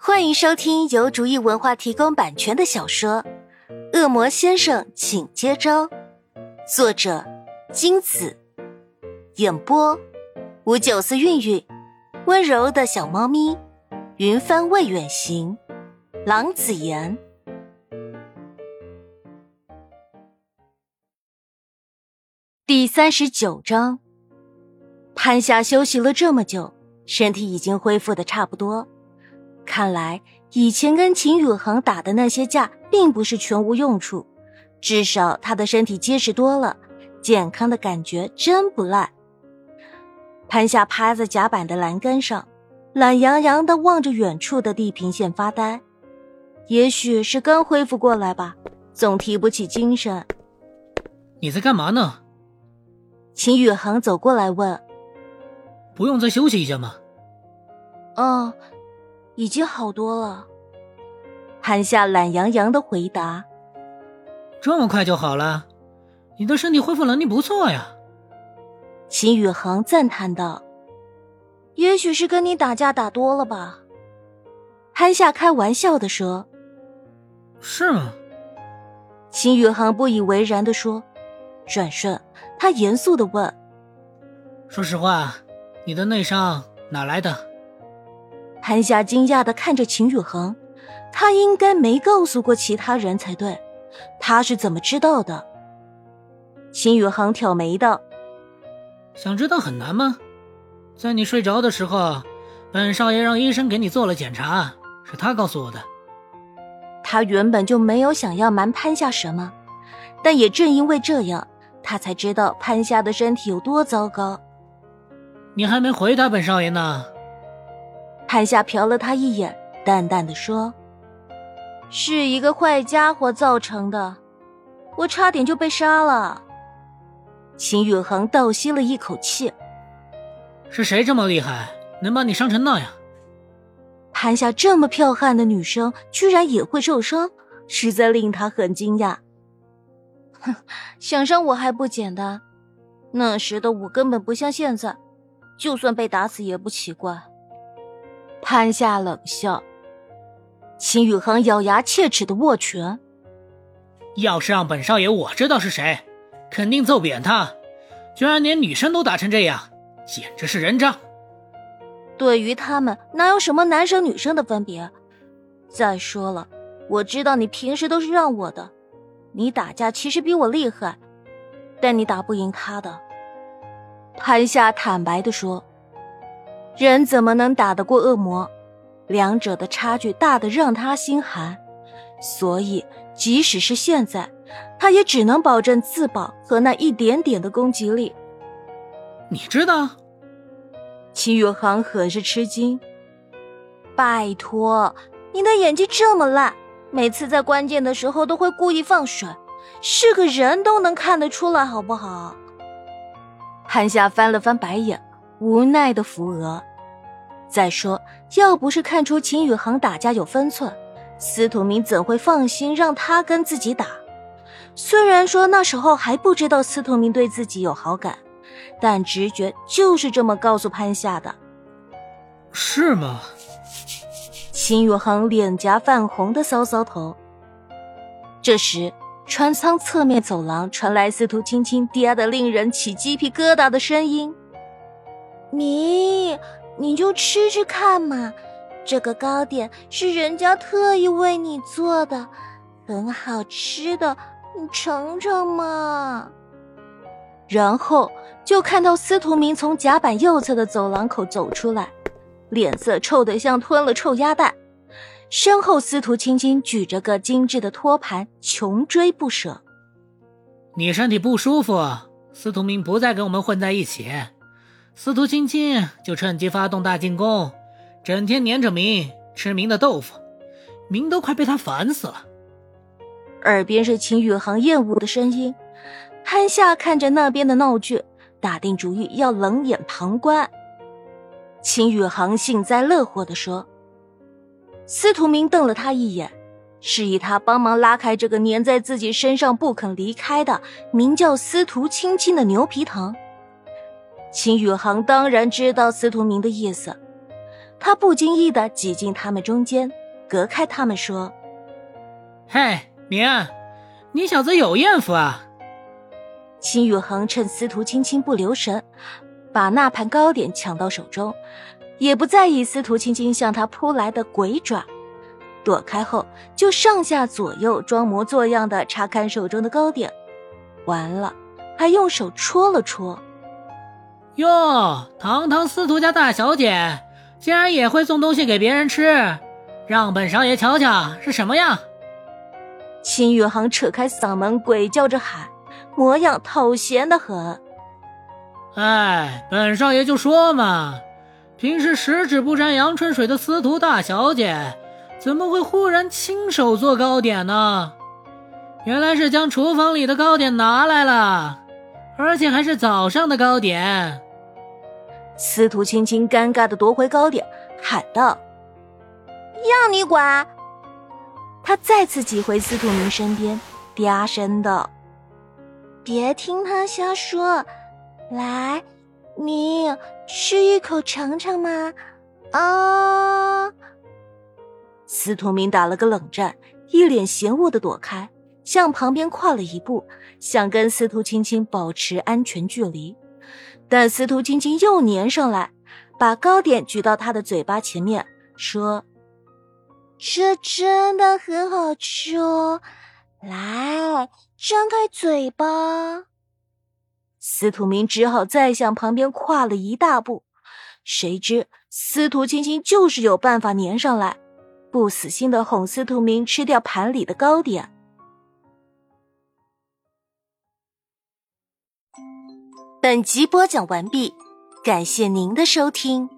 欢迎收听由竹意文化提供版权的小说《恶魔先生请接招》，作者金子，演播594韵韵，温柔的小猫咪，云帆未远行，郎子言。第39章。潘夏休息了这么久，身体已经恢复得差不多。看来以前跟秦宇恒打的那些架并不是全无用处，至少他的身体结实多了，健康的感觉真不赖。潘夏趴在甲板的栏杆上，懒洋洋地望着远处的地平线发呆。也许是刚恢复过来吧，总提不起精神。 你在干嘛呢？ 秦宇恒走过来问。 不用再休息一下吗？ 已经好多了。潘夏懒洋洋地回答。 这么快就好了？你的身体恢复能力不错呀。 秦宇恒赞叹道。也许是跟你打架打多了吧。潘夏开玩笑地说。 是吗？ 秦宇恒不以为然地说。转瞬他严肃地问。 说实话，你的内伤哪来的？ 潘夏惊讶地看着秦宇恒，他应该没告诉过其他人才对，他是怎么知道的？秦宇恒挑眉道。 想知道很难吗？在你睡着的时候，本少爷让医生给你做了检查，是他告诉我的。 他原本就没有想要瞒潘夏什么，但也正因为这样，他才知道潘夏的身体有多糟糕。 你还没回答本少爷呢。 潘夏瞟了他一眼，淡淡地说。是一个坏家伙造成的，我差点就被杀了。秦宇恒倒吸了一口气。 是谁这么厉害，能把你伤成那样？ 潘夏这么剽悍的女生居然也会受伤，实在令他很惊讶。想伤我还不简单，那时的我根本不像现在，就算被打死也不奇怪。潘夏冷笑。秦宇恒咬牙切齿地握拳。 要是让本少爷我知道是谁，肯定揍扁他，居然连女生都打成这样，简直是人渣。 对于他们哪有什么男生女生的分别？再说了，我知道你平时都是让我的，你打架其实比我厉害，但你打不赢他的。潘夏坦白地说。人怎么能打得过恶魔？两者的差距大得让他心寒，所以即使是现在，他也只能保证自保和那一点点的攻击力。 你知道？ 秦宇恒很是吃惊。拜托，你的演技这么烂，每次在关键的时候都会故意放水，是个人都能看得出来好不好？潘夏翻了翻白眼，无奈的扶额。再说，要不是看出秦宇恒打架有分寸，司徒明怎会放心让他跟自己打？虽然说那时候还不知道司徒明对自己有好感，但直觉就是这么告诉潘夏的。 是吗？ 秦宇恒脸颊泛红的搔搔头。这时船舱侧面走廊传来司徒青青嗲得令人起鸡皮疙瘩的声音。你就吃吃看嘛，这个糕点是人家特意为你做的，很好吃的，你尝尝嘛。然后就看到司徒明从甲板右侧的走廊口走出来，脸色臭得像吞了臭鸭蛋，身后司徒青青举着个精致的托盘，穷追不舍。 你身体不舒服，司徒明不再跟我们混在一起，司徒青青就趁机发动大进攻，整天黏着明，吃明的豆腐，明都快被他烦死了。 耳边是秦宇恒厌恶的声音。潘夏看着那边的闹剧，打定主意要冷眼旁观。秦宇恒幸灾乐祸地说。司徒明瞪了他一眼，示意他帮忙拉开这个粘在自己身上不肯离开的名叫司徒青青的牛皮糖。秦宇恒当然知道司徒明的意思， 他不经意地挤进他们中间，隔开他们说： 嘿，明，你小子有艳福啊。 秦宇恒趁司徒青青不留神，把那盘糕点抢到手中，也不在意司徒青青向他扑来的鬼爪，躲开后就上下左右装模作样地查看手中的糕点，完了还用手戳了戳。 哟，堂堂司徒家大小姐竟然也会送东西给别人吃，让本少爷瞧瞧是什么样。 秦宇恒扯开嗓门鬼叫着喊，模样讨嫌得很。 哎，本少爷就说嘛，平时十指不沾阳春水的司徒大小姐怎么会忽然亲手做糕点呢？原来是将厨房里的糕点拿来了，而且还是早上的糕点。 司徒青青尴尬地夺回糕点，喊道：要你管！他再次挤回司徒明身边，嗲声道：别听他瞎说，来，明，吃一口尝尝嘛。啊！司徒明打了个冷战，一脸嫌恶地躲开，向旁边跨了一步，想跟司徒青青保持安全距离。但司徒青青又粘上来，把糕点举到他的嘴巴前面，说：这真的很好吃哦，来，张开嘴巴。司徒明只好再向旁边跨了一大步，谁知司徒青青就是有办法粘上来，不死心地哄司徒明吃掉盘里的糕点。本集播讲完毕，感谢您的收听。